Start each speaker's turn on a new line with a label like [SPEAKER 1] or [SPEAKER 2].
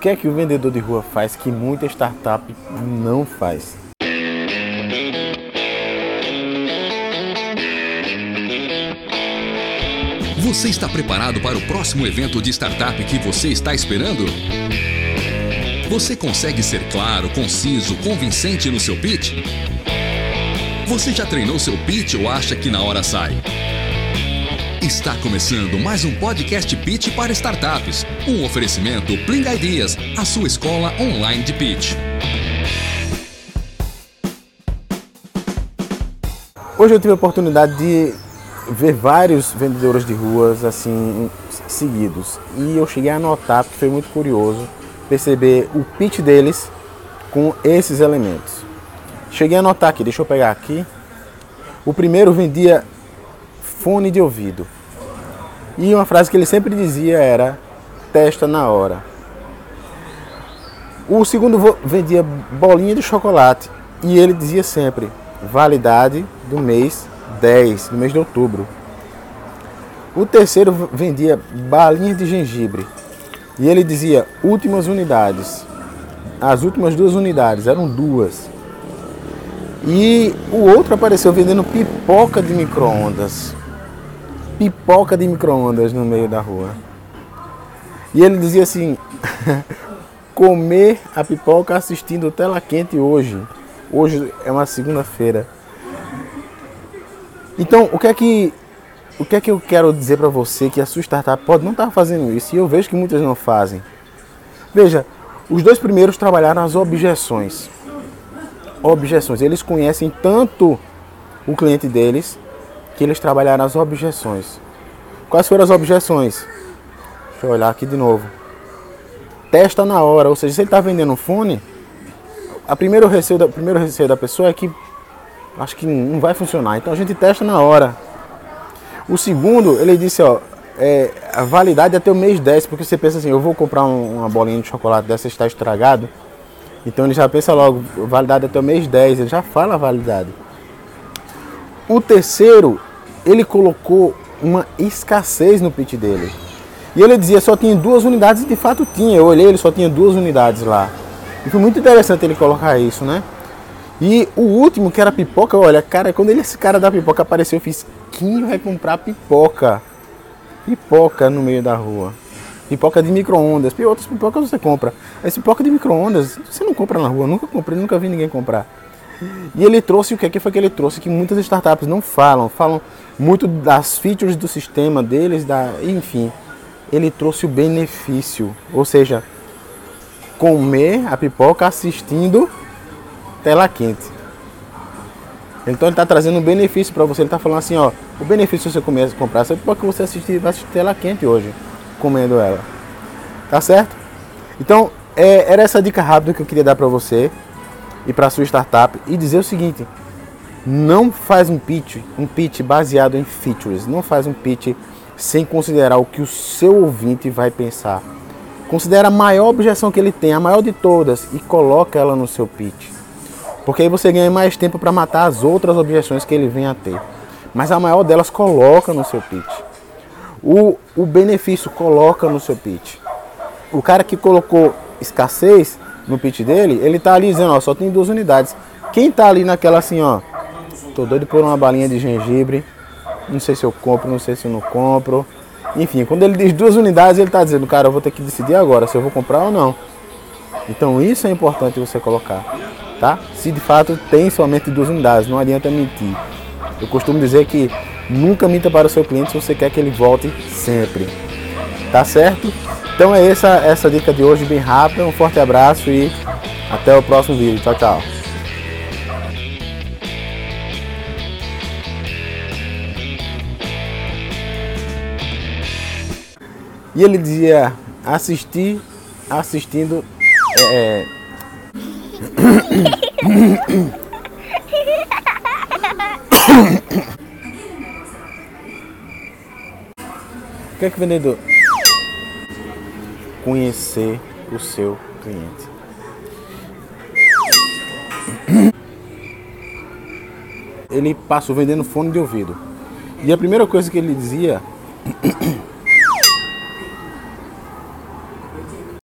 [SPEAKER 1] que é que o vendedor de rua faz que muita startup não faz?
[SPEAKER 2] Você está preparado para o próximo evento de startup que você está esperando? Você consegue ser claro, conciso, convincente no seu pitch? Você já treinou seu pitch ou acha que na hora sai? Está começando mais um podcast Pitch para startups. Um oferecimento Pling Ideas, a sua escola online de pitch.
[SPEAKER 1] Hoje eu tive a oportunidade de ver vários vendedores de ruas assim seguidos e eu cheguei a notar, porque foi muito curioso perceber o pitch deles com esses elementos. Cheguei a notar aqui, deixa eu pegar aqui. O primeiro vendia fone de ouvido. E uma frase que ele sempre dizia era: testa na hora. O segundo vendia bolinha de chocolate. E ele dizia sempre: validade do mês 10, do mês de outubro. O terceiro vendia balinha de gengibre. E ele dizia: últimas unidades. As últimas 2 unidades, eram 2. E o outro apareceu vendendo pipoca de micro-ondas. Pipoca de micro-ondas no meio da rua. E ele dizia assim: comer a pipoca assistindo tela quente hoje. Hoje é uma segunda-feira. Então, o que é que eu quero dizer para você? Que a sua startup pode não estar fazendo isso. E eu vejo que muitas não fazem. Veja, os 2 primeiros trabalharam as objeções. Eles conhecem tanto o cliente deles que eles trabalharam as objeções. Quais foram as objeções? Deixa eu olhar aqui de novo. Testa na hora, ou seja, se ele está vendendo um fone, o primeiro receio da pessoa é que acho que não vai funcionar, então a gente testa na hora. O segundo, ele disse, a validade é até o mês 10, porque você pensa assim, eu vou comprar uma bolinha de chocolate dessa, está estragado. Então ele já pensa logo, validade até o mês 10, ele já fala a validade. O terceiro, ele colocou uma escassez no pitch dele. E ele dizia só tinha 2 unidades, e de fato tinha. Eu olhei, ele só tinha 2 unidades lá. E foi muito interessante ele colocar isso, né? E o último, que era pipoca, olha, cara, quando esse cara da pipoca apareceu, eu fiz: quem vai comprar pipoca? Pipoca no meio da rua. Pipoca de micro-ondas. Outras pipocas você compra. Essa pipoca de micro-ondas você não compra na rua. Nunca comprei, nunca vi ninguém comprar. E ele trouxe o que foi que ele trouxe? Que muitas startups não falam. Falam muito das features do sistema deles, enfim. Ele trouxe o benefício. Ou seja, comer a pipoca assistindo tela quente. Então ele está trazendo um benefício para você. Ele está falando assim, o benefício se você começa a comprar essa pipoca, você vai assistir tela quente hoje, comendo ela. Tá certo? Então, era essa dica rápida que eu queria dar para você e para a sua startup. E dizer o seguinte: não faz um pitch baseado em features. Não faz um pitch sem considerar o que o seu ouvinte vai pensar. Considera a maior objeção que ele tem, a maior de todas, e coloca ela no seu pitch. Porque aí você ganha mais tempo para matar as outras objeções que ele vem a ter. Mas a maior delas coloca no seu pitch. O benefício coloca no seu pitch. O cara que colocou escassez no pitch dele, ele tá ali dizendo, só tem 2 unidades. Quem tá ali naquela assim, tô doido por uma balinha de gengibre, não sei se eu compro, não sei se eu não compro. Enfim, quando ele diz 2 unidades, ele tá dizendo, cara, eu vou ter que decidir agora se eu vou comprar ou não. Então isso é importante você colocar, tá? Se de fato tem somente 2 unidades, não adianta mentir. Eu costumo dizer que nunca minta para o seu cliente se você quer que ele volte sempre. Tá certo? Então é essa dica de hoje, bem rápida. Um forte abraço e até o próximo vídeo. Tchau, tchau. E ele dizia, assistindo... O que é que o vendedor? Conhecer o seu cliente. Ele passou vendendo fone de ouvido. E a primeira coisa que ele dizia